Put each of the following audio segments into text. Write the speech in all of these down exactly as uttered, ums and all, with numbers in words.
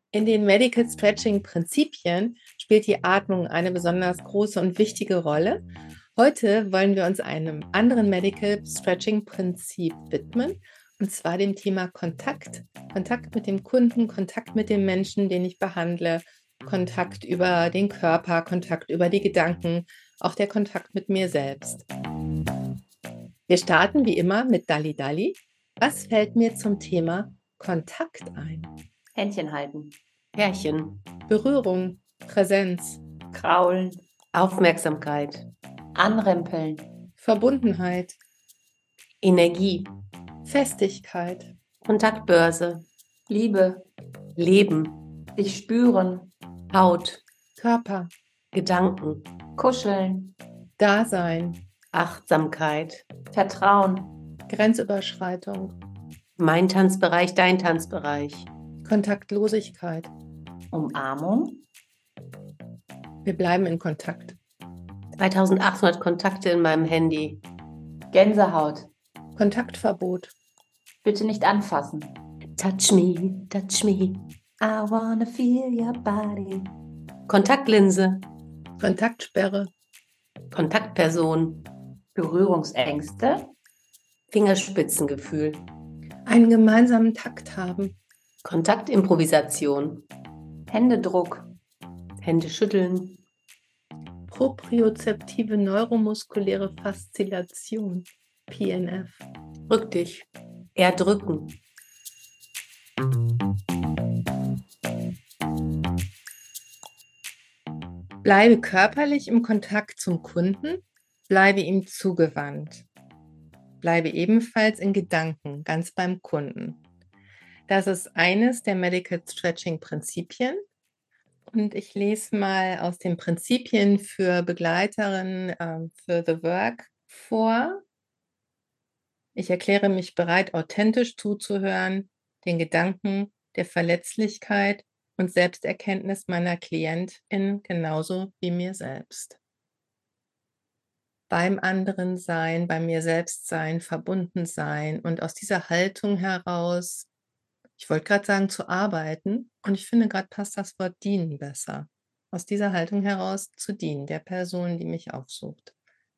In den Medical Stretching Prinzipien spielt die Atmung eine besonders große und wichtige Rolle. Heute wollen wir uns einem anderen Medical Stretching Prinzip widmen, und zwar dem Thema Kontakt. Kontakt mit dem Kunden, Kontakt mit dem Menschen, den ich behandle, Kontakt über den Körper, Kontakt über die Gedanken, auch der Kontakt mit mir selbst. Wir starten wie immer mit Dalli Dalli. Was fällt mir zum Thema Kontakt ein? Händchen halten. Pärchen. Berührung, Präsenz, Kraulen. Aufmerksamkeit, Anrempeln. Verbundenheit, Energie, Festigkeit, Kontaktbörse, Liebe. Leben, Sich spüren. Haut, Körper, Gedanken, Kuscheln. Dasein, Achtsamkeit, Vertrauen. Grenzüberschreitung, mein Tanzbereich, dein Tanzbereich, Kontaktlosigkeit. Umarmung. Wir bleiben in Kontakt. zweitausendachthundert Kontakte in meinem Handy, Gänsehaut. Kontaktverbot, Bitte nicht anfassen. touch me, touch me, I wanna feel your body. Kontaktlinse, Kontaktsperre, Kontaktperson, Berührungsängste. Fingerspitzengefühl, einen gemeinsamen Takt haben, Kontaktimprovisation, Händedruck. Hände schütteln, propriozeptive neuromuskuläre Faszillation, P N F. rück dich, erdrücken, Bleibe körperlich im Kontakt zum Kunden, bleibe ihm zugewandt. Bleibe ebenfalls in Gedanken ganz beim Kunden. Das ist eines der Medical Stretching Prinzipien. Und ich lese mal aus den Prinzipien für Begleiterinnen äh, für The Work vor. Ich erkläre mich bereit, authentisch zuzuhören, den Gedanken der Verletzlichkeit und Selbsterkenntnis meiner KlientInnen genauso wie mir selbst. Beim anderen sein, bei mir selbst sein, verbunden sein und aus dieser Haltung heraus, ich wollte gerade sagen, zu arbeiten, und ich finde, gerade passt das Wort dienen besser. Aus dieser Haltung heraus zu dienen, der Person, die mich aufsucht.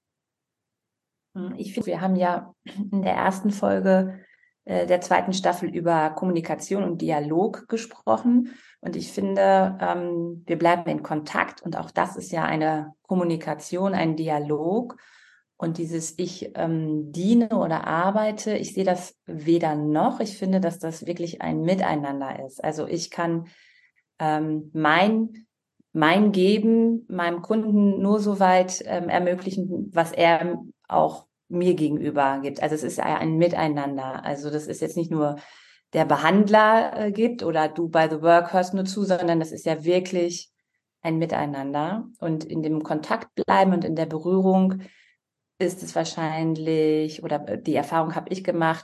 Ich finde, wir haben ja in der ersten Folge äh, der zweiten Staffel über Kommunikation und Dialog gesprochen. Und ich finde, ähm, wir bleiben in Kontakt. Und auch das ist ja eine Kommunikation, ein Dialog. Und dieses Ich ähm, diene oder arbeite, ich sehe das weder noch. Ich finde, dass das wirklich ein Miteinander ist. Also ich kann ähm, mein, mein Geben meinem Kunden nur so weit ähm, ermöglichen, was er auch mir gegenüber gibt. Also es ist ein Miteinander. Also das ist jetzt nicht nur der Behandler äh, gibt oder du bei The Work hörst nur zu, sondern das ist ja wirklich ein Miteinander. Und in dem Kontakt bleiben und in der Berührung ist es wahrscheinlich, oder die Erfahrung habe ich gemacht,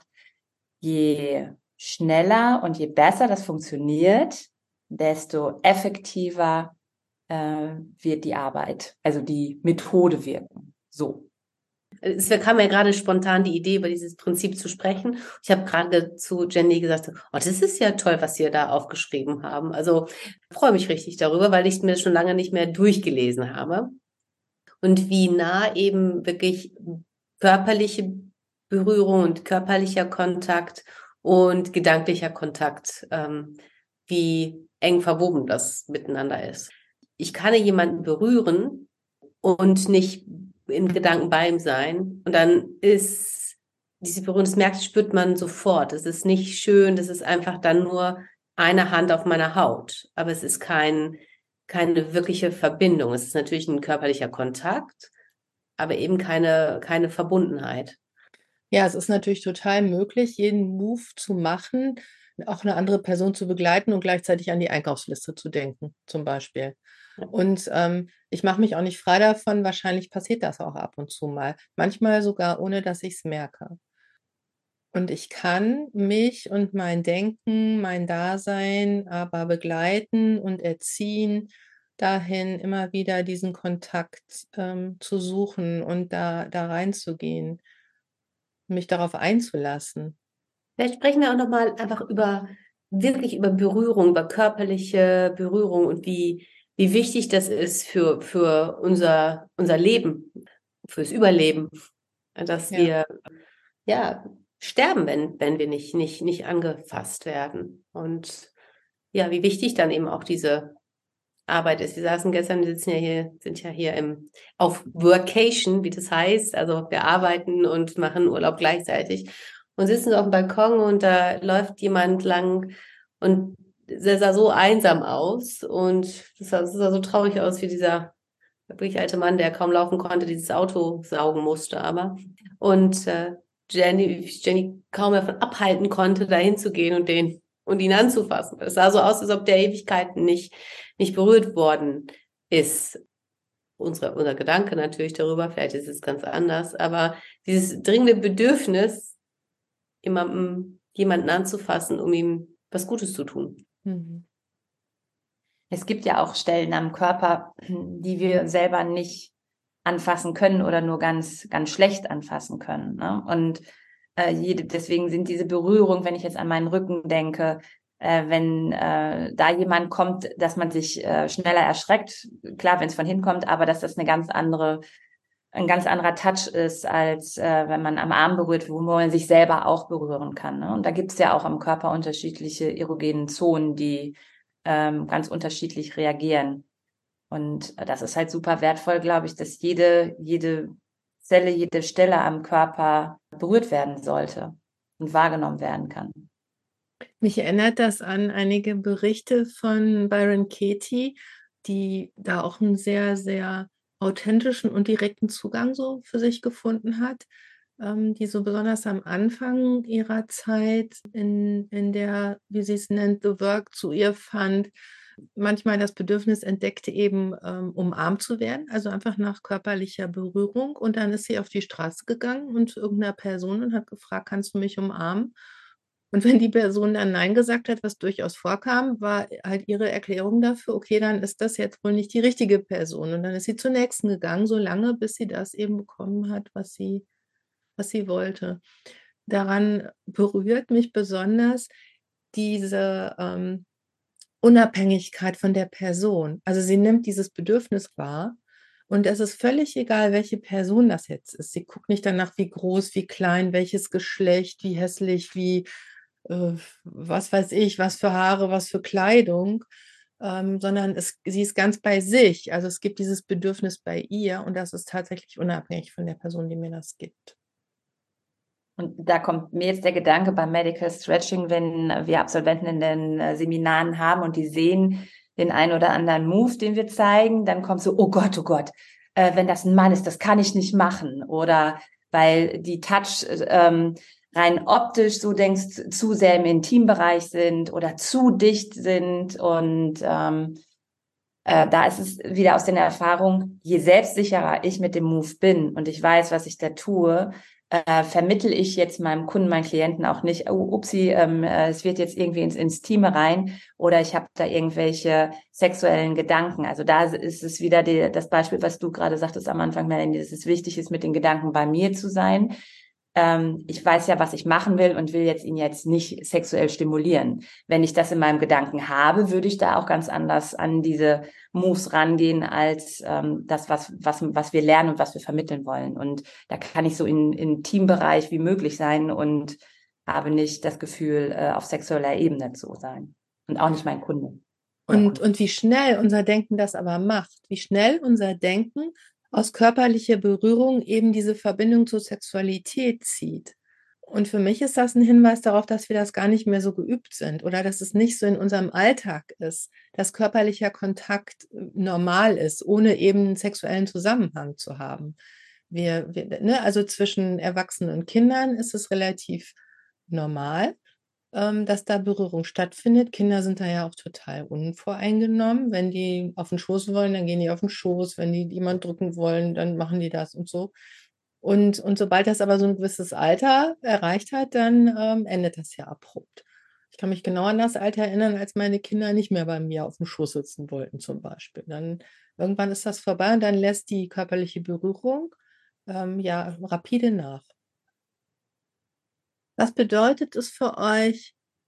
je schneller und je besser das funktioniert, desto effektiver äh, wird die Arbeit, also die Methode wirken. So. Es kam mir gerade spontan die Idee, über dieses Prinzip zu sprechen. Ich habe gerade zu Jenny gesagt, oh, das ist ja toll, was Sie da aufgeschrieben haben. Also ich freue mich richtig darüber, weil ich es mir schon lange nicht mehr durchgelesen habe. Und wie nah eben wirklich körperliche Berührung und körperlicher Kontakt und gedanklicher Kontakt, ähm, wie eng verwoben das miteinander ist. Ich kann jemanden berühren und nicht in Gedanken bei ihm sein. Und dann ist diese Berührung, das merkt, spürt man sofort. Es ist nicht schön, das ist einfach dann nur eine Hand auf meiner Haut. Aber es ist kein, keine wirkliche Verbindung. Es ist natürlich ein körperlicher Kontakt, aber eben keine, keine Verbundenheit. Ja, es ist natürlich total möglich, jeden Move zu machen, auch eine andere Person zu begleiten und gleichzeitig an die Einkaufsliste zu denken, zum Beispiel. Und ähm, ich mache mich auch nicht frei davon. Wahrscheinlich passiert das auch ab und zu mal. Manchmal sogar, ohne dass ich es merke. Und ich kann mich und mein Denken, mein Dasein aber begleiten und erziehen, dahin immer wieder diesen Kontakt ähm, zu suchen und da, da reinzugehen, mich darauf einzulassen. Vielleicht sprechen wir auch nochmal einfach über wirklich über Berührung, über körperliche Berührung und wie, wie wichtig das ist für, für unser, unser Leben, fürs Überleben, dass Ja. wir ja sterben, wenn, wenn wir nicht, nicht, nicht angefasst werden. Und ja, wie wichtig dann eben auch diese Arbeit ist. Wir saßen gestern, wir sitzen ja hier, sind ja hier im, auf Workation, wie das heißt. Also wir arbeiten und machen Urlaub gleichzeitig und sitzen so auf dem Balkon und da läuft jemand lang und der sah so einsam aus und das sah, das sah so traurig aus wie dieser wirklich alte Mann, der kaum laufen konnte, dieses Auto saugen musste, aber und äh, Jenny, Jenny kaum davon abhalten konnte, dahin zu gehen und den und ihn anzufassen. Es sah so aus, als ob der Ewigkeiten nicht nicht berührt worden ist. Unsere, unser Gedanke natürlich darüber, vielleicht ist es ganz anders, aber dieses dringende Bedürfnis, jemandem, jemanden anzufassen, um ihm was Gutes zu tun. Mhm. Es gibt ja auch Stellen am Körper, die wir selber nicht anfassen können oder nur ganz, ganz schlecht anfassen können. Ne? Und äh, jede, deswegen sind diese Berührungen, wenn ich jetzt an meinen Rücken denke, äh, wenn äh, da jemand kommt, dass man sich äh, schneller erschreckt, klar, wenn es von hinten kommt, aber dass das eine ganz andere, ein ganz anderer Touch ist, als äh, wenn man am Arm berührt, wo man sich selber auch berühren kann. Ne? Und da gibt es ja auch am Körper unterschiedliche erogenen Zonen, die ähm, ganz unterschiedlich reagieren. Und das ist halt super wertvoll, glaube ich, dass jede, jede Zelle, jede Stelle am Körper berührt werden sollte und wahrgenommen werden kann. Mich erinnert das an einige Berichte von Byron Katie, die da auch einen sehr, sehr authentischen und direkten Zugang so für sich gefunden hat, ähm, die so besonders am Anfang ihrer Zeit in in der, wie sie es nennt, The Work zu ihr fand, manchmal das Bedürfnis entdeckte, eben, ähm, umarmt zu werden, also einfach nach körperlicher Berührung. Und dann ist sie auf die Straße gegangen und zu irgend 'ner Person und hat gefragt: „Kannst du mich umarmen?“ Und wenn die Person dann nein gesagt hat, was durchaus vorkam, war halt ihre Erklärung dafür: „Okay, dann ist das jetzt wohl nicht die richtige Person.“ Und dann ist sie zur Nächsten gegangen, so lange, bis sie das eben bekommen hat, was sie was sie wollte. Daran berührt mich besonders diese, ähm, Unabhängigkeit von der Person. Also, sie nimmt dieses Bedürfnis wahr und es ist völlig egal, welche Person das jetzt ist. Sie guckt nicht danach, wie groß, wie klein, welches Geschlecht, wie hässlich, wie, äh, was weiß ich, was für Haare, was für Kleidung, ähm, sondern es sie ist ganz bei sich. Also, es gibt dieses Bedürfnis bei ihr und das ist tatsächlich unabhängig von der Person, die mir das gibt. Und da kommt mir jetzt der Gedanke beim Medical Stretching, wenn wir Absolventen in den äh, Seminaren haben und die sehen den einen oder anderen Move, den wir zeigen, dann kommt so, oh Gott, oh Gott, äh, wenn das ein Mann ist, das kann ich nicht machen. Oder weil die Touch ähm, rein optisch, so denkst, zu sehr im Intimbereich sind oder zu dicht sind. Und ähm, äh, da ist es wieder aus den Erfahrungen, je selbstsicherer ich mit dem Move bin und ich weiß, was ich da tue, äh, vermittel ich jetzt meinem Kunden, meinen Klienten auch nicht, oh, upsi, ähm, äh, es wird jetzt irgendwie ins, ins Team rein oder ich habe da irgendwelche sexuellen Gedanken. Also da ist es wieder die, das Beispiel, was du gerade sagtest am Anfang, Melanie, dass es wichtig ist, mit den Gedanken bei mir zu sein. Ähm, ich weiß ja, was ich machen will und will jetzt ihn jetzt nicht sexuell stimulieren. Wenn ich das in meinem Gedanken habe, würde ich da auch ganz anders an diese Moves rangehen als ähm, das, was, was, was wir lernen und was wir vermitteln wollen. Und da kann ich so in, in Teambereich wie möglich sein und habe nicht das Gefühl, äh, auf sexueller Ebene zu sein. Und auch nicht mein Kunde. Oder Und Kunde. und wie schnell unser Denken das aber macht, wie schnell unser Denken aus körperlicher Berührung eben diese Verbindung zur Sexualität zieht. Und für mich ist das 'n Hinweis darauf, dass wir das gar nicht mehr so geübt sind oder dass es nicht so in unserem Alltag ist, dass körperlicher Kontakt, äh, normal ist, ohne eben 'n sexuellen Zusammenhang zu haben. Wir wir ne, also zwischen Erwachsenen und Kindern ist es relativ normal, ähm, dass da Berührung stattfindet. Kinder sind da ja auch total unvoreingenommen. Wenn die auf 'n Schoß wollen, dann gehen die auf 'n Schoß. Wenn die jemand drücken wollen, dann machen die das und so. Und und sobald das aber so 'n gewisses Alter erreicht hat, dann, ähm, endet das ja abrupt. Ich kann mich genau an das Alter erinnern, als meine Kinder nicht mehr bei mir aufm Schoß sitzen wollten zum Beispiel. Dann irgendwann ist das vorbei und dann lässt die körperliche Berührung, ähm, ja, rapide nach. Was bedeutet es für euch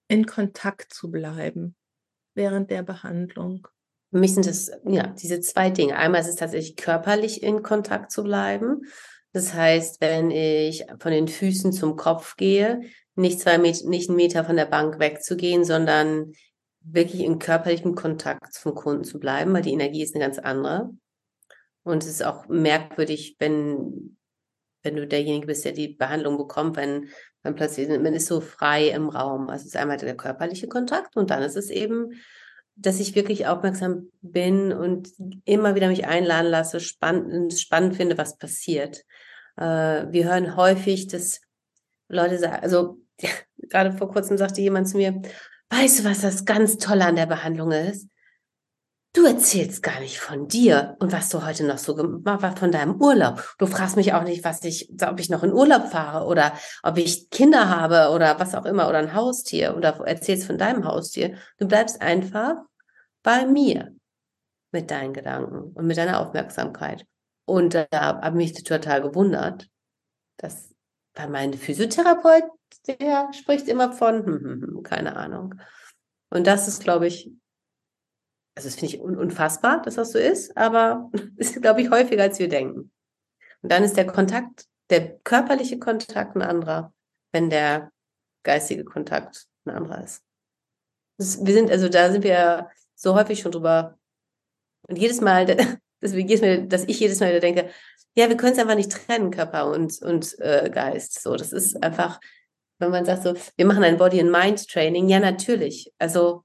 in Kontakt zu bleiben während der Behandlung? Für mich sind das, ja, diese zwei Dinge. Einmal ist es tatsächlich körperlich in Kontakt zu bleiben. Das heißt, wenn ich von den Füßen zum Kopf gehe, nicht zwei Meter, nicht einen Meter von der Bank wegzugehen, sondern wirklich in körperlichem Kontakt zum Kunden zu bleiben, weil die Energie ist eine ganz andere. Und es ist auch merkwürdig, wenn, wenn du derjenige bist, der die Behandlung bekommt, wenn man plötzlich, man ist so frei im Raum. Also es ist einmal der körperliche Kontakt und dann ist es eben, dass ich wirklich aufmerksam bin und immer wieder mich einladen lasse, spannend, spannend finde, was passiert. Äh, wir hören häufig, dass Leute sagen, also ja, gerade vor kurzem sagte jemand zu mir, weißt du, was das ganz Tolle an der Behandlung ist? Du erzählst gar nicht von dir und was du heute noch so gemacht hast von deinem Urlaub. Du fragst mich auch nicht, was ich, ob ich noch in Urlaub fahre oder ob ich Kinder habe oder was auch immer oder ein Haustier oder erzählst von deinem Haustier. Du bleibst einfach bei mir mit deinen Gedanken und mit deiner Aufmerksamkeit. Und da habe ich mich total gewundert, dass bei meinem Physiotherapeut, der spricht immer von, hm, hm, hm, keine Ahnung. Und das ist, glaube ich, also das finde ich un unfassbar, dass das so ist, aber ist, glaube ich, häufiger, als wir denken. Und dann ist der Kontakt, der körperliche Kontakt ein anderer, wenn der geistige Kontakt ein anderer ist. Das, wir sind, also da sind wir so häufig schon drüber. Und jedes Mal, dass, wir jedes Mal, dass ich jedes Mal wieder denke, ja, wir können es einfach nicht trennen, Körper und, und äh, Geist. So, das ist einfach, wenn man sagt so, wir machen ein Body-and-Mind-Training, ja, natürlich. Also,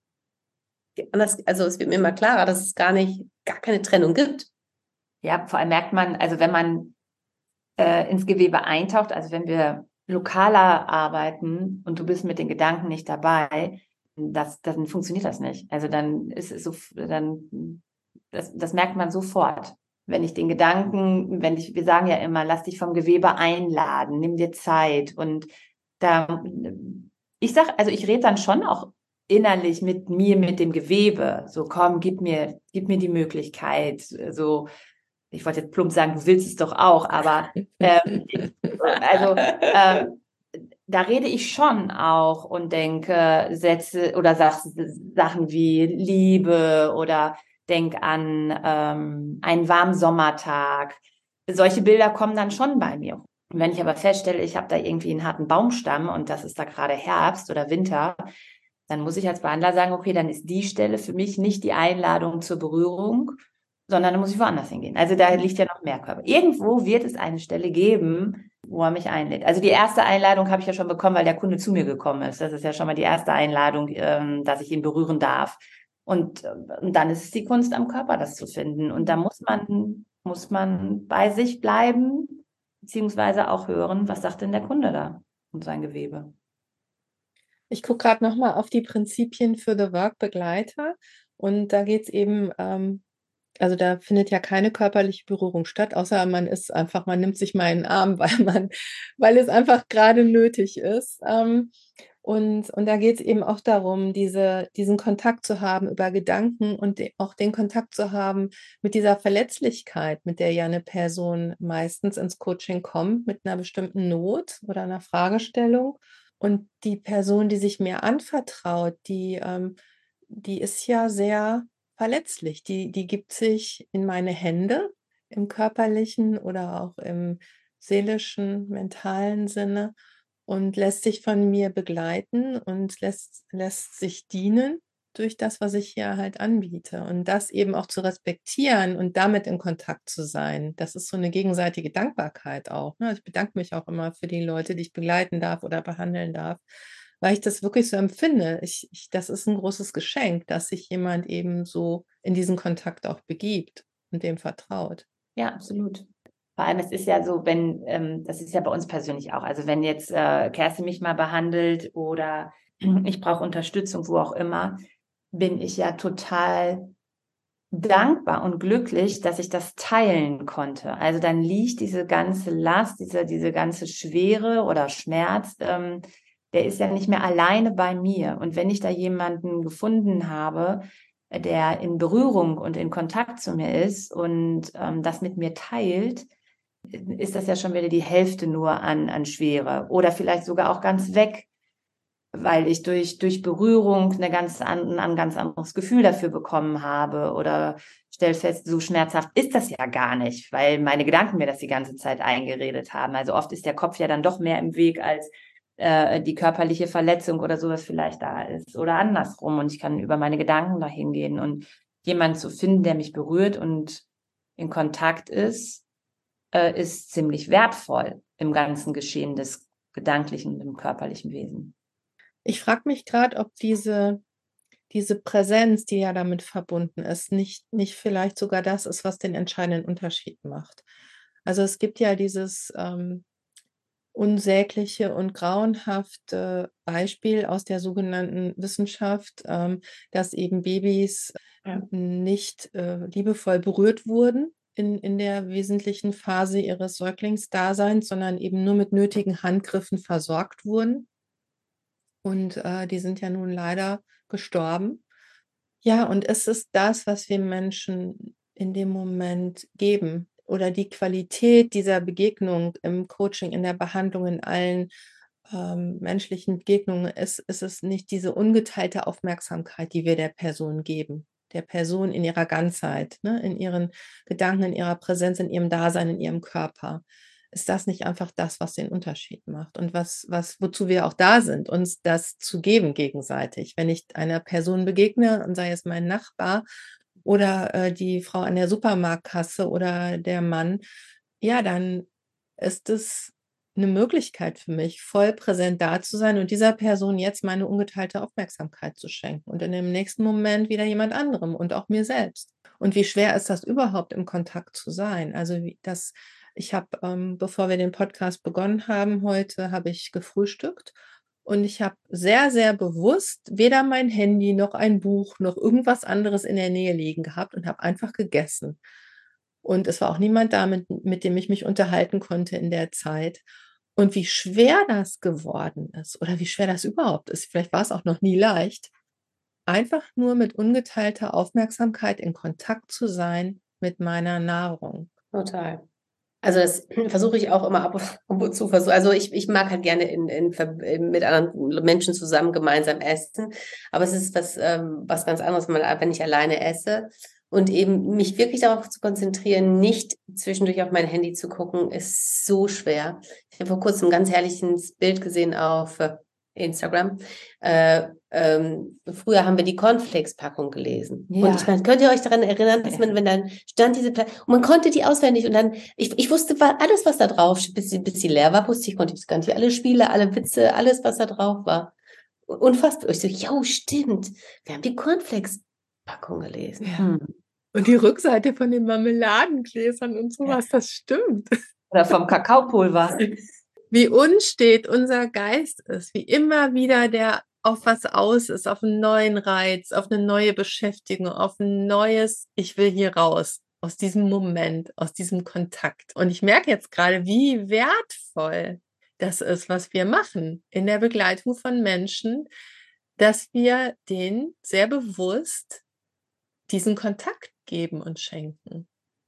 anders, also es wird mir immer klarer, dass es gar nicht, gar keine Trennung gibt. Ja, vor allem merkt man, also wenn man äh, ins Gewebe eintaucht, also wenn wir lokaler arbeiten und du bist mit den Gedanken nicht dabei, das, dann funktioniert das nicht. Also dann ist es so, dann, das, das merkt man sofort. Wenn ich den Gedanken, wenn ich, wir sagen ja immer, lass dich vom Gewebe einladen, nimm dir Zeit. Und da, ich sag, also ich rede dann schon auch innerlich mit mir, mit dem Gewebe. So, komm, gib mir, gib mir die Möglichkeit. So, ich wollte jetzt plump sagen, du willst es doch auch, aber ähm, also ähm, da rede ich schon auch und denke Sätze oder sag, Sachen wie Liebe oder denk an ähm, einen warmen Sommertag. Solche Bilder kommen dann schon bei mir. Und wenn ich aber feststelle, ich habe da irgendwie einen harten Baumstamm und das ist da gerade Herbst oder Winter, dann muss ich als Behandler sagen, okay, dann ist die Stelle für mich nicht die Einladung zur Berührung, sondern dann muss ich woanders hingehen. Also da liegt ja noch mehr Körper. Irgendwo wird es eine Stelle geben, wo er mich einlädt. Also die erste Einladung habe ich ja schon bekommen, weil der Kunde zu mir gekommen ist. Das ist ja schon mal die erste Einladung, ähm, dass ich ihn berühren darf. Und, und dann ist es die Kunst am Körper, das zu finden. Und da muss man, muss man bei sich bleiben, beziehungsweise auch hören, was sagt denn der Kunde da und sein Gewebe. Ich gucke gerade noch mal auf die Prinzipien für The Work Begleiter und da geht es eben, ähm also, da findet ja keine körperliche Berührung statt, außer man ist einfach man nimmt sich mal in den Arm, weil man weil es einfach gerade nötig ist. Ähm, und und da geht es eben auch darum, diese diesen Kontakt zu haben über Gedanken und de auch den Kontakt zu haben mit dieser Verletzlichkeit, mit der ja eine Person meistens ins Coaching kommt, mit einer bestimmten Not oder einer Fragestellung. Und die Person, die sich mir anvertraut, die, ähm die ist ja sehr verletzlich. Die die gibt sich in meine Hände im körperlichen oder auch im seelischen, mentalen Sinne und lässt sich von mir begleiten und lässt lässt sich dienen durch das, was ich hier halt anbiete. Und das eben auch zu respektieren und damit in Kontakt zu sein. Das ist so eine gegenseitige Dankbarkeit auch, ne? Ich bedanke mich auch immer für die Leute, die ich begleiten darf oder behandeln darf, weil ich das wirklich so empfinde. Ich ich das ist ein großes Geschenk, dass sich jemand eben so in diesen Kontakt auch begibt und dem vertraut. Ja, absolut. Vor allem, es ist ja so, wenn, ähm, das ist ja bei uns persönlich auch, also wenn jetzt äh, Kerstin mich mal behandelt oder ich brauche Unterstützung, wo auch immer, bin ich ja total dankbar und glücklich, dass ich das teilen konnte. Also dann liegt diese ganze Last, diese, diese ganze Schwere oder Schmerz, ähm, der ist ja nicht mehr alleine bei mir. Und wenn ich da jemanden gefunden habe, der in Berührung und in Kontakt zu mir ist und ähm, das mit mir teilt, ist das ja schon wieder die Hälfte nur an, an Schwere oder vielleicht sogar auch ganz weg. weil ich durch, durch Berührung eine ganz an, ein ganz anderes Gefühl dafür bekommen habe oder stell fest, so schmerzhaft ist das ja gar nicht, weil meine Gedanken mir das die ganze Zeit eingeredet haben. Also oft ist der Kopf ja dann doch mehr im Weg als äh, die körperliche Verletzung oder sowas vielleicht da ist oder andersrum und ich kann über meine Gedanken dahin gehen und jemanden zu finden, der mich berührt und in Kontakt ist, äh, ist ziemlich wertvoll im ganzen Geschehen des gedanklichen und im körperlichen Wesen. Ich frage mich gerade, ob diese, diese Präsenz, die ja damit verbunden ist, nicht, nicht vielleicht sogar das ist, was den entscheidenden Unterschied macht. Also es gibt ja dieses ähm, unsägliche und grauenhafte Beispiel aus der sogenannten Wissenschaft, ähm, dass eben Babys Ja. nicht äh, liebevoll berührt wurden in, in der wesentlichen Phase ihres Säuglingsdaseins, sondern eben nur mit nötigen Handgriffen versorgt wurden. Und äh, die sind ja nun leider gestorben. Ja, und es ist das, was wir Menschen in dem Moment geben oder die Qualität dieser Begegnung im Coaching, in der Behandlung, in allen ähm, menschlichen Begegnungen, ist, ist es nicht diese ungeteilte Aufmerksamkeit, die wir der Person geben, der Person in ihrer Ganzheit, ne, in ihren Gedanken, in ihrer Präsenz, in ihrem Dasein, in ihrem Körper. Ist das nicht einfach das, was den Unterschied macht und was, was, wozu wir auch da sind, uns das zu geben gegenseitig? Wenn ich einer Person begegne, und sei es mein Nachbar oder äh, die Frau an der Supermarktkasse oder der Mann, ja, dann ist es eine Möglichkeit für mich, voll präsent da zu sein und dieser Person jetzt meine ungeteilte Aufmerksamkeit zu schenken und in dem nächsten Moment wieder jemand anderem und auch mir selbst. Und wie schwer ist das überhaupt, im Kontakt zu sein? Also wie das ich habe, ähm, bevor wir den Podcast begonnen haben heute, habe ich gefrühstückt und ich habe sehr, sehr bewusst weder mein Handy noch ein Buch noch irgendwas anderes in der Nähe liegen gehabt und habe einfach gegessen. Und es war auch niemand da, mit, mit dem ich mich unterhalten konnte in der Zeit. Und wie schwer das geworden ist oder wie schwer das überhaupt ist, vielleicht war es auch noch nie leicht, einfach nur mit ungeteilter Aufmerksamkeit in Kontakt zu sein mit meiner Nahrung. Total. Also das versuche ich auch immer ab und zu versuchen. Also ich, ich mag halt gerne in, in, in, mit anderen Menschen zusammen gemeinsam essen, aber es ist was, ähm, was ganz anderes, wenn ich alleine esse. Und eben mich wirklich darauf zu konzentrieren, nicht zwischendurch auf mein Handy zu gucken, ist so schwer. Ich habe vor kurzem ein ganz herrliches Bild gesehen auf Instagram. Äh, ähm, früher haben wir die Cornflakes-Packung gelesen. Ja. Und ich meine, könnt ihr euch daran erinnern, dass man, wenn dann stand diese Pla- und man konnte die auswendig und dann, ich, ich wusste war alles, was da drauf, bis sie, bis sie leer war, wusste ich, konnte ich das gar nicht. Alle Spiele, alle Witze, alles, was da drauf war. Unfassbar. Ich so, jo, stimmt. Wir haben die Cornflakes-Packung gelesen. Ja. Hm. Und die Rückseite von den Marmeladengläsern und sowas, das stimmt. Oder vom Kakaopulver. Wie unstet unser Geist ist, wie immer wieder der auf was aus ist, auf einen neuen Reiz, auf eine neue Beschäftigung, auf ein neues, ich will hier raus, aus diesem Moment, aus diesem Kontakt. Und ich merke jetzt gerade, wie wertvoll das ist, was wir machen in der Begleitung von Menschen, dass wir denen sehr bewusst diesen Kontakt geben und schenken.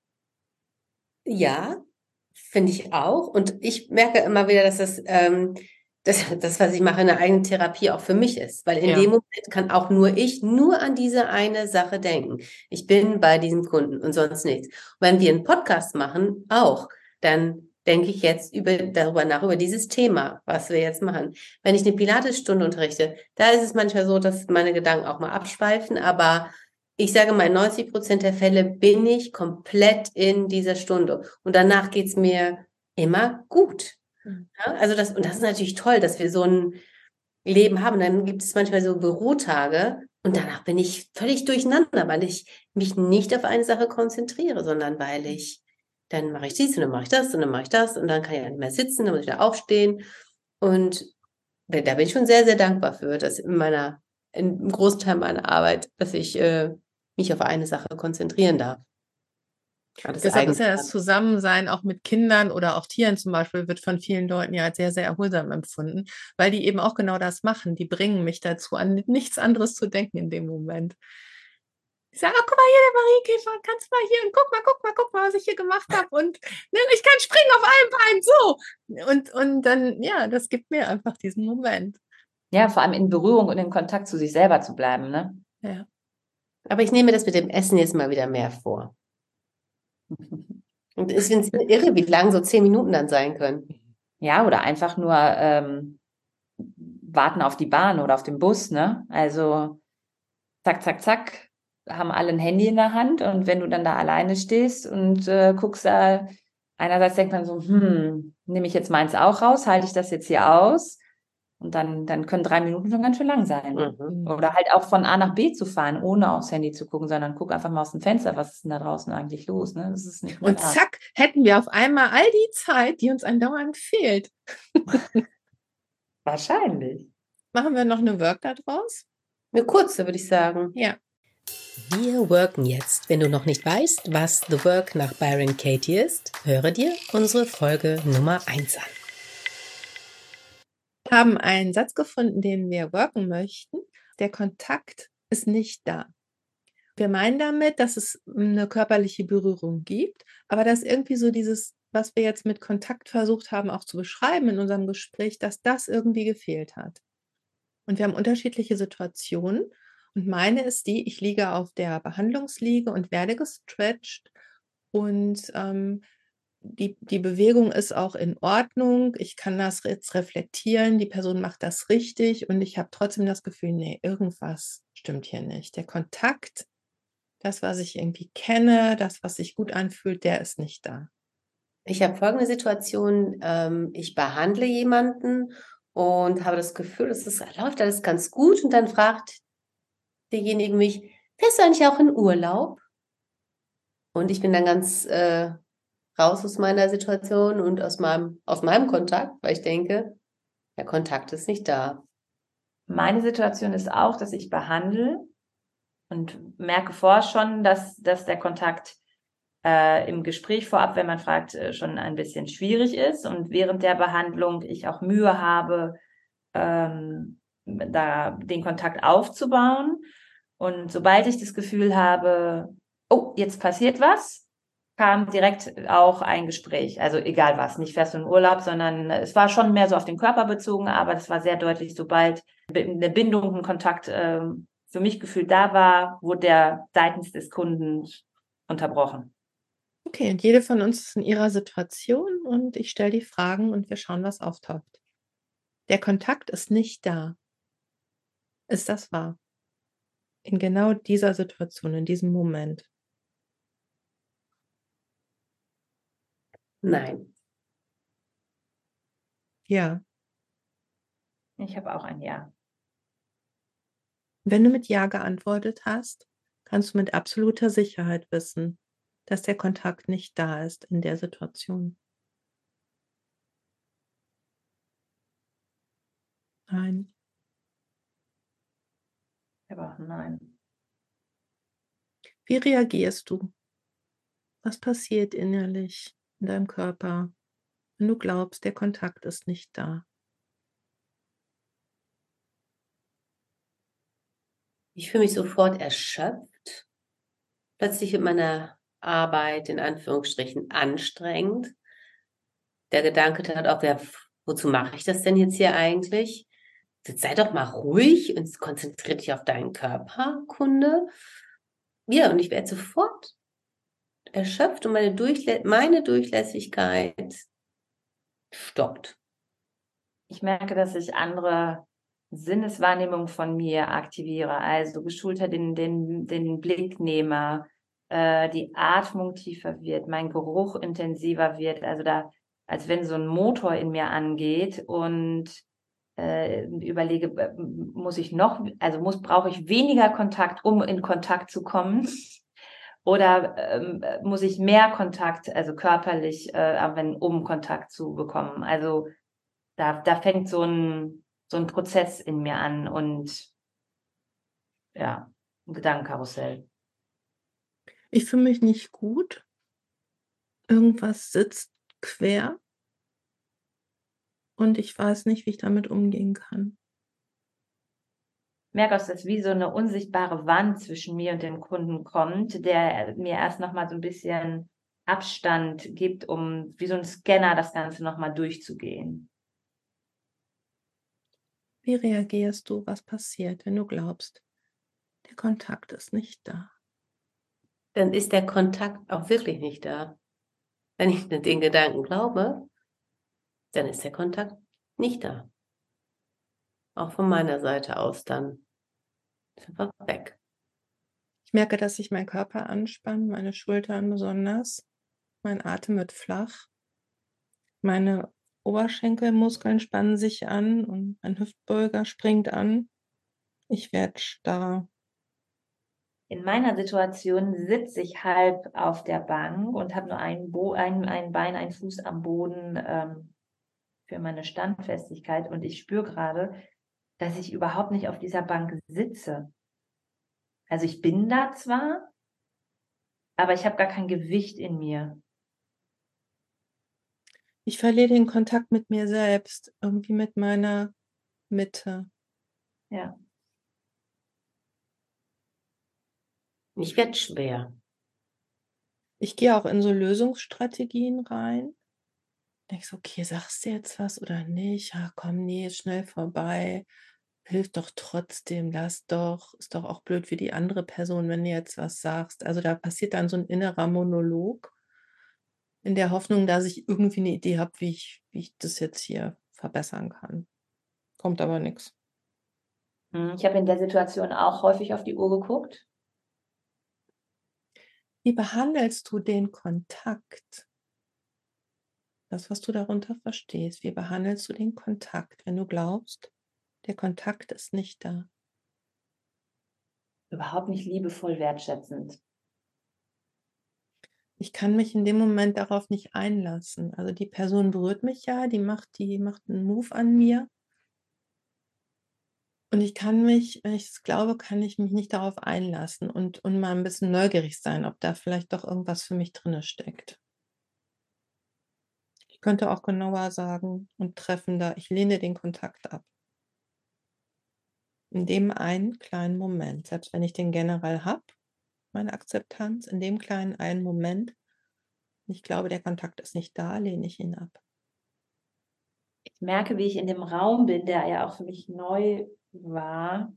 Ja, finde ich auch. Und ich merke immer wieder, dass das, ähm, das, das, was ich mache, eine eigene Therapie auch für mich ist. Weil in Ja. dem Moment kann auch nur ich nur an diese eine Sache denken. Ich bin bei diesem Kunden und sonst nichts. Und wenn wir einen Podcast machen, auch, dann denke ich jetzt über, darüber nach, über dieses Thema, was wir jetzt machen. Wenn ich eine Pilates-Stunde unterrichte, da ist es manchmal so, dass meine Gedanken auch mal abschweifen, aber ich sage mal, in neunzig Prozent der Fälle bin ich komplett in dieser Stunde. Und danach geht's mir immer gut. Mhm. Ja, also das, und das ist natürlich toll, dass wir so ein Leben haben. Dann gibt es manchmal so Bürotage und danach bin ich völlig durcheinander, weil ich mich nicht auf eine Sache konzentriere, sondern weil ich, dann mache ich dies und dann mache ich das und dann mache ich das und dann kann ich ja nicht mehr sitzen, dann muss ich da aufstehen. Und da bin ich schon sehr, sehr dankbar für, dass in meiner, in einem großen Teil meiner Arbeit, dass ich äh, mich auf eine Sache konzentrieren darf. Ja, das Deshalb ist ja Eigenes. das Zusammensein auch mit Kindern oder auch Tieren zum Beispiel, wird von vielen Leuten ja als sehr, sehr erholsam empfunden, weil die eben auch genau das machen. Die bringen mich dazu, an nichts anderes zu denken in dem Moment. Ich sage, oh, guck mal hier, der Marienkäfer, kannst mal hier und guck mal, guck mal, guck mal, was ich hier gemacht habe und ne, ich kann springen auf einem Bein, so. Und, und dann, ja, das gibt mir einfach diesen Moment. Ja, vor allem in Berührung und in Kontakt zu sich selber zu bleiben, ne? Ja. Aber ich nehme das mit dem Essen jetzt mal wieder mehr vor. Und ich finde es irre, wie lang so zehn Minuten dann sein können. Ja, oder einfach nur ähm, warten auf die Bahn oder auf den Bus, ne? Also zack, zack, zack, haben alle ein Handy in der Hand und wenn du dann da alleine stehst und äh, guckst da, einerseits denkt man so, hm, nehme ich jetzt meins auch raus, halte ich das jetzt hier aus? Und dann, dann können drei Minuten schon ganz schön lang sein. Mhm. Oder halt auch von A nach B zu fahren, ohne aufs Handy zu gucken, sondern guck einfach mal aus dem Fenster, was ist denn da draußen eigentlich los, ne? Das ist nicht mehr Und da. zack, hätten wir auf einmal all die Zeit, die uns andauernd fehlt. Wahrscheinlich. Machen wir noch eine Work da draus? Eine kurze, würde ich sagen. Ja. Wir worken jetzt. Wenn du noch nicht weißt, was The Work nach Byron Katie ist, höre dir unsere Folge Nummer eins an. Wir haben einen Satz gefunden, den wir worken möchten. Der Kontakt ist nicht da. Wir meinen damit, dass es eine körperliche Berührung gibt, aber dass irgendwie so dieses, was wir jetzt mit Kontakt versucht haben auch zu beschreiben in unserem Gespräch, dass das irgendwie gefehlt hat. Und wir haben unterschiedliche Situationen. Und meine ist die, ich liege auf der Behandlungsliege und werde gestretcht und ähm, die, die Bewegung ist auch in Ordnung. Ich kann das jetzt reflektieren, die Person macht das richtig und ich habe trotzdem das Gefühl, nee, irgendwas stimmt hier nicht. Der Kontakt, das, was ich irgendwie kenne, das, was sich gut anfühlt, der ist nicht da. Ich habe folgende Situation, ähm, ich behandle jemanden und habe das Gefühl, es ist, läuft alles ganz gut und dann fragt derjenige mich, fährst du eigentlich auch in Urlaub? Und ich bin dann ganz äh, raus aus meiner Situation und aus meinem, aus meinem Kontakt, weil ich denke, der Kontakt ist nicht da. Meine Situation ist auch, dass ich behandle und merke vorher schon, dass, dass der Kontakt äh, im Gespräch vorab, wenn man fragt, äh, schon ein bisschen schwierig ist und während der Behandlung ich auch Mühe habe, ähm, da den Kontakt aufzubauen. Und sobald ich das Gefühl habe, oh, jetzt passiert was, kam direkt auch ein Gespräch. Also egal was, nicht fährst du in Urlaub, sondern es war schon mehr so auf den Körper bezogen, aber das war sehr deutlich, sobald eine Bindung, ein Kontakt ähm, für mich gefühlt da war, wurde der seitens des Kunden unterbrochen. Okay, und jede von uns ist in ihrer Situation und ich stelle die Fragen und wir schauen, was auftaucht. Der Kontakt ist nicht da. Ist das wahr? In genau dieser Situation, in diesem Moment. Nein. Ja. Ich habe auch ein Ja. Wenn du mit Ja geantwortet hast, kannst du mit absoluter Sicherheit wissen, dass der Kontakt nicht da ist in der Situation. Nein. Ich habe auch ein Nein. Wie reagierst du? Was passiert innerlich in deinem Körper, wenn du glaubst, der Kontakt ist nicht da? Ich fühle mich sofort erschöpft, plötzlich mit meiner Arbeit in Anführungsstrichen anstrengend. Der Gedanke tat auch, ja, wozu mache ich das denn jetzt hier eigentlich? Jetzt sei doch mal ruhig und konzentriere dich auf deinen Körper, Kunde. Ja, und ich werde sofort erschöpft und meine, Durchlä meine Durchlässigkeit stoppt. Ich merke, dass ich andere Sinneswahrnehmungen von mir aktiviere, also geschulter den, den, den Blick nehme, äh, die Atmung tiefer wird, mein Geruch intensiver wird, also da, als wenn so ein Motor in mir angeht und äh, überlege, äh, muss ich noch, also muss, brauche ich weniger Kontakt, um in Kontakt zu kommen? Oder ähm, muss ich mehr Kontakt, also körperlich, äh, wenn, um Kontakt zu bekommen? Also da, da fängt so ein, so ein Prozess in mir an und ja, ein Gedankenkarussell. Ich fühle mich nicht gut. Irgendwas sitzt quer und ich weiß nicht, wie ich damit umgehen kann. Ich merke auch, dass wie so eine unsichtbare Wand zwischen mir und dem Kunden kommt, der mir erst nochmal so ein bisschen Abstand gibt, um wie so ein Scanner das Ganze nochmal durchzugehen. Wie reagierst du? Was passiert, wenn du glaubst, der Kontakt ist nicht da? Dann ist der Kontakt auch wirklich nicht da. Wenn ich den Gedanken glaube, dann ist der Kontakt nicht da. Auch von meiner Seite aus dann. Ist einfach weg. Ich merke, dass sich mein Körper anspannt, meine Schultern besonders. Mein Atem wird flach. Meine Oberschenkelmuskeln spannen sich an und mein Hüftbeuger springt an. Ich werde starr. In meiner Situation sitze ich halb auf der Bank und habe nur ein, Bo ein, ein Bein, einen Fuß am Boden ähm, für meine Standfestigkeit. Und ich spüre gerade, dass ich überhaupt nicht auf dieser Bank sitze. Also ich bin da zwar, aber ich habe gar kein Gewicht in mir. Ich verliere den Kontakt mit mir selbst, irgendwie mit meiner Mitte. Ja. Ich werde schwer. Ich gehe auch in so Lösungsstrategien rein. Denkst, okay, sagst du jetzt was oder nicht? Ja, komm, nee, ist schnell vorbei. Hilft doch trotzdem, lass doch. Ist doch auch blöd für die andere Person, wenn du jetzt was sagst. Also da passiert dann so ein innerer Monolog in der Hoffnung, dass ich irgendwie eine Idee habe, wie ich, wie ich das jetzt hier verbessern kann. Kommt aber nichts. Ich habe in der Situation auch häufig auf die Uhr geguckt. Wie behandelst du den Kontakt? Das, was du darunter verstehst. Wie behandelst du den Kontakt, wenn du glaubst, der Kontakt ist nicht da? Überhaupt nicht liebevoll wertschätzend. Ich kann mich in dem Moment darauf nicht einlassen. Also die Person berührt mich ja, die macht, die macht einen Move an mir. Und ich kann mich, wenn ich es glaube, kann ich mich nicht darauf einlassen und, und mal ein bisschen neugierig sein, ob da vielleicht doch irgendwas für mich drinne steckt. Ich könnte auch genauer sagen und treffender, ich lehne den Kontakt ab. In dem einen kleinen Moment, selbst wenn ich den generell habe, meine Akzeptanz, in dem kleinen einen Moment, ich glaube, der Kontakt ist nicht da, lehne ich ihn ab. Ich merke, wie ich in dem Raum bin, der ja auch für mich neu war,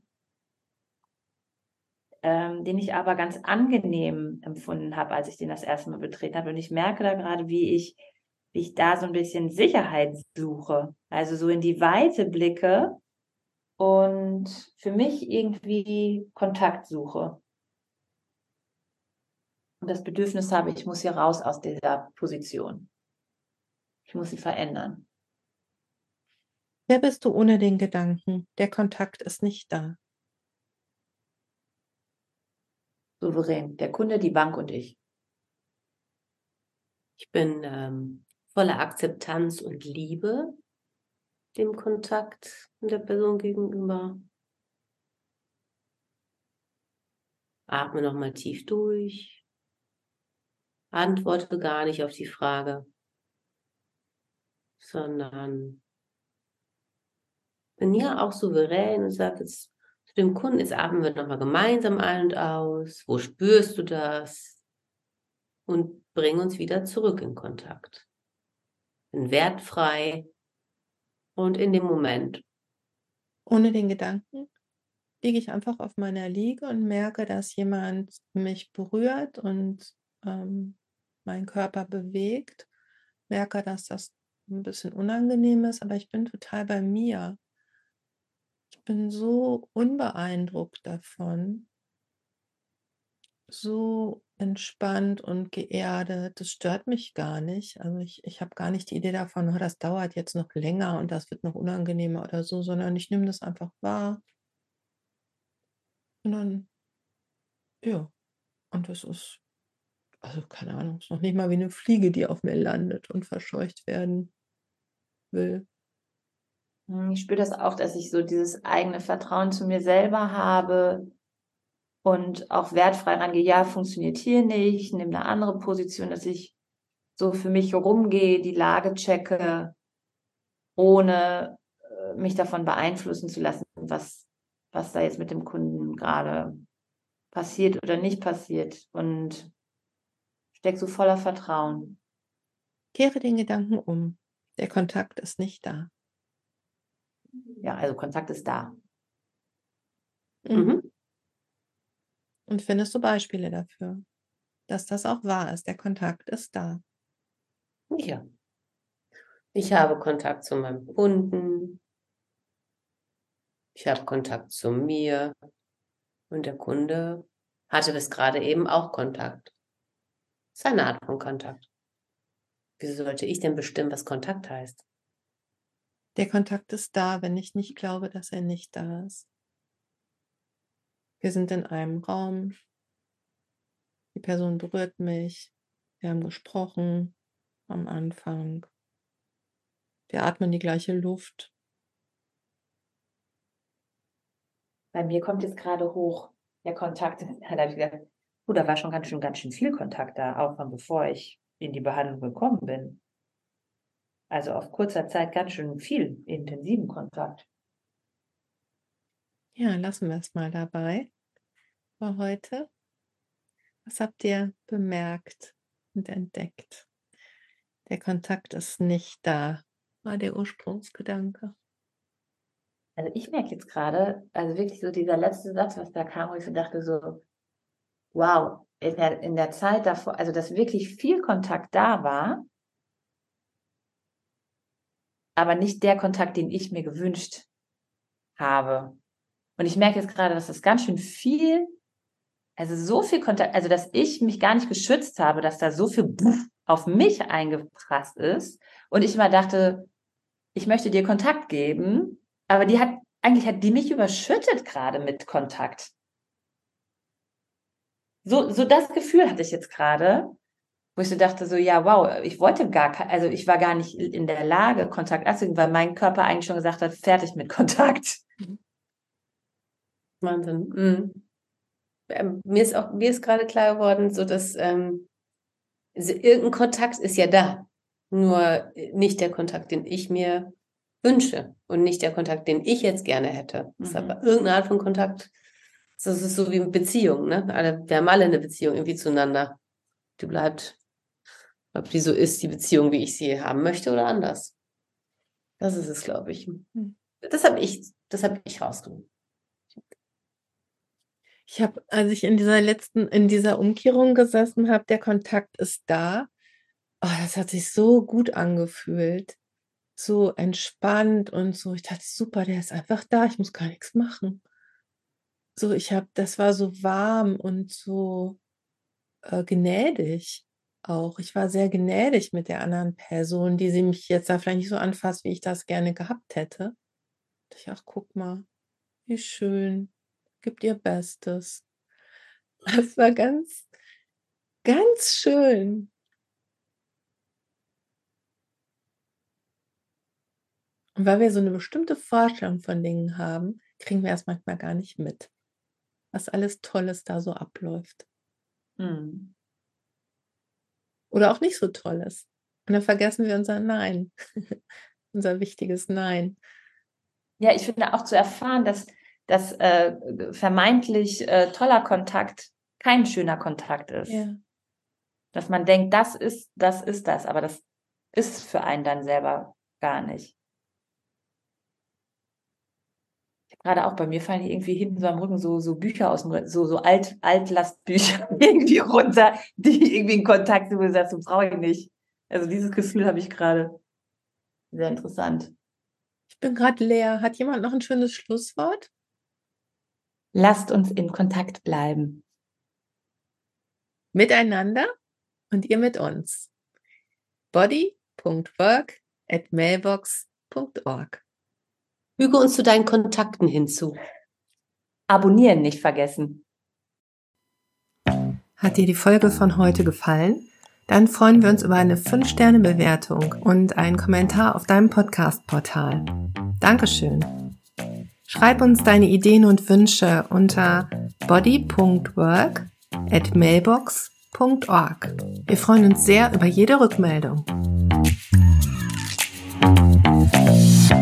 ähm, den ich aber ganz angenehm empfunden habe, als ich den das erste Mal betreten habe. Und ich merke da gerade, wie ich, wie ich da so ein bisschen Sicherheit suche. Also so in die Weite blicke und für mich irgendwie Kontakt suche. Und das Bedürfnis habe, ich muss hier raus aus dieser Position. Ich muss sie verändern. Wer bist du ohne den Gedanken? Der Kontakt ist nicht da. Souverän. Der Kunde, die Bank und ich. Ich bin ähm, voller Akzeptanz und Liebe dem Kontakt der Person gegenüber. Atme nochmal tief durch. Antworte gar nicht auf die Frage, sondern bin ja auch souverän und sage jetzt zu dem Kunden, jetzt atmen wir nochmal gemeinsam ein und aus. Wo spürst du das? Und bring uns wieder zurück in Kontakt. Bin wertfrei und in dem Moment. Ohne den Gedanken liege ich einfach auf meiner Liege und merke, dass jemand mich berührt und ähm, meinen Körper bewegt. Merke, dass das ein bisschen unangenehm ist, aber ich bin total bei mir. Ich bin so unbeeindruckt davon, so entspannt und geerdet. Das stört mich gar nicht. Also ich, ich habe gar nicht die Idee davon, oh, das dauert jetzt noch länger und das wird noch unangenehmer oder so, sondern ich nehme das einfach wahr. Und dann, ja, und das ist, also keine Ahnung, ist noch nicht mal wie eine Fliege, die auf mir landet und verscheucht werden will. Ich spüre das auch, dass ich so dieses eigene Vertrauen zu mir selber habe und auch wertfrei rangehe. Ja, funktioniert hier nicht, nehme eine andere Position, dass ich so für mich rumgehe, die Lage checke, ohne äh, mich davon beeinflussen zu lassen, was, was da jetzt mit dem Kunden gerade passiert oder nicht passiert. Und stecke so voller Vertrauen. Kehre den Gedanken um. Der Kontakt ist nicht da. Ja, also Kontakt ist da. Mhm. Und findest du Beispiele dafür, dass das auch wahr ist? Der Kontakt ist da. Ja. Ich habe Kontakt zu meinem Kunden. Ich habe Kontakt zu mir. Und der Kunde hatte bis gerade eben auch Kontakt. Das ist eine Art von Kontakt. Wieso sollte ich denn bestimmen, was Kontakt heißt? Der Kontakt ist da, wenn ich nicht glaube, dass er nicht da ist. Wir sind in einem Raum. Die Person berührt mich. Wir haben gesprochen am Anfang. Wir atmen die gleiche Luft. Bei mir kommt jetzt gerade hoch der Kontakt. Da habe ich gedacht, oh, da war schon ganz schön, ganz schön viel Kontakt da, auch von bevor ich in die Behandlung gekommen bin. Also auf kurzer Zeit ganz schön viel intensiven Kontakt. Ja, lassen wir es mal dabei für heute. Was habt ihr bemerkt und entdeckt? Der Kontakt ist nicht da, war der Ursprungsgedanke. Also ich merke jetzt gerade, also wirklich so dieser letzte Satz, was da kam, wo ich so dachte so, wow, in der, in der Zeit davor, also dass wirklich viel Kontakt da war, aber nicht der Kontakt, den ich mir gewünscht habe. Und ich merke jetzt gerade, dass das ganz schön viel, also so viel Kontakt, also dass ich mich gar nicht geschützt habe, dass da so viel Buff auf mich eingeprasst ist. Und ich immer dachte, ich möchte dir Kontakt geben, aber die hat, eigentlich hat die mich überschüttet gerade mit Kontakt. So, so das Gefühl hatte ich jetzt gerade, wo ich so dachte, so, ja, wow, ich wollte gar kein, also ich war gar nicht in der Lage, Kontakt anzugeben, weil mein Körper eigentlich schon gesagt hat, fertig mit Kontakt. Wahnsinn. Mhm. Ähm, mir ist auch, mir ist gerade klar geworden, so dass ähm, also irgendein Kontakt ist ja da. Nur nicht der Kontakt, den ich mir wünsche und nicht der Kontakt, den ich jetzt gerne hätte. Das ist Mhm. aber irgendeine Art von Kontakt. Das ist so wie eine Beziehung, ne? Alle, wir haben alle eine Beziehung irgendwie zueinander. Die bleibt, ob die so ist, die Beziehung, wie ich sie haben möchte oder anders. Das ist es, glaube ich. Das habe ich, das habe ich rausgenommen. Ich habe, als ich in dieser letzten, in dieser Umkehrung gesessen habe, der Kontakt ist da. Oh, das hat sich so gut angefühlt. So entspannt und so. Ich dachte, super, der ist einfach da. Ich muss gar nichts machen. So, ich habe, das war so warm und so äh, gnädig auch. Ich war sehr gnädig mit der anderen Person, die sie mich jetzt da vielleicht nicht so anfasst, wie ich das gerne gehabt hätte. Da dachte ich, ach, guck mal, wie schön. Gibt ihr Bestes. Das war ganz, ganz schön. Und weil wir so eine bestimmte Vorstellung von Dingen haben, kriegen wir es manchmal gar nicht mit, was alles Tolles da so abläuft. Mhm. Oder auch nicht so Tolles. Und dann vergessen wir unser Nein, unser wichtiges Nein. Ja, ich finde auch zu erfahren, dass, dass äh, vermeintlich äh, toller Kontakt kein schöner Kontakt ist. Ja. Dass man denkt, das ist, das ist das, aber das ist für einen dann selber gar nicht. Gerade auch bei mir fallen die irgendwie hinten so am Rücken so, so Bücher aus dem, so, so Alt, Altlastbücher irgendwie runter, die irgendwie in Kontakt sind, wo du sagst, so brauche ich nicht. Also dieses Gefühl habe ich gerade. Sehr interessant. Ich bin gerade leer. Hat jemand noch ein schönes Schlusswort? Lasst uns in Kontakt bleiben. Miteinander und ihr mit uns. body punkt work at mailbox punkt org. Füge uns zu deinen Kontakten hinzu. Abonnieren nicht vergessen. Hat dir die Folge von heute gefallen? Dann freuen wir uns über eine fünf Sterne Bewertung und einen Kommentar auf deinem Podcast-Portal. Dankeschön. Schreib uns deine Ideen und Wünsche unter body punkt work at mailbox punkt org. Wir freuen uns sehr über jede Rückmeldung.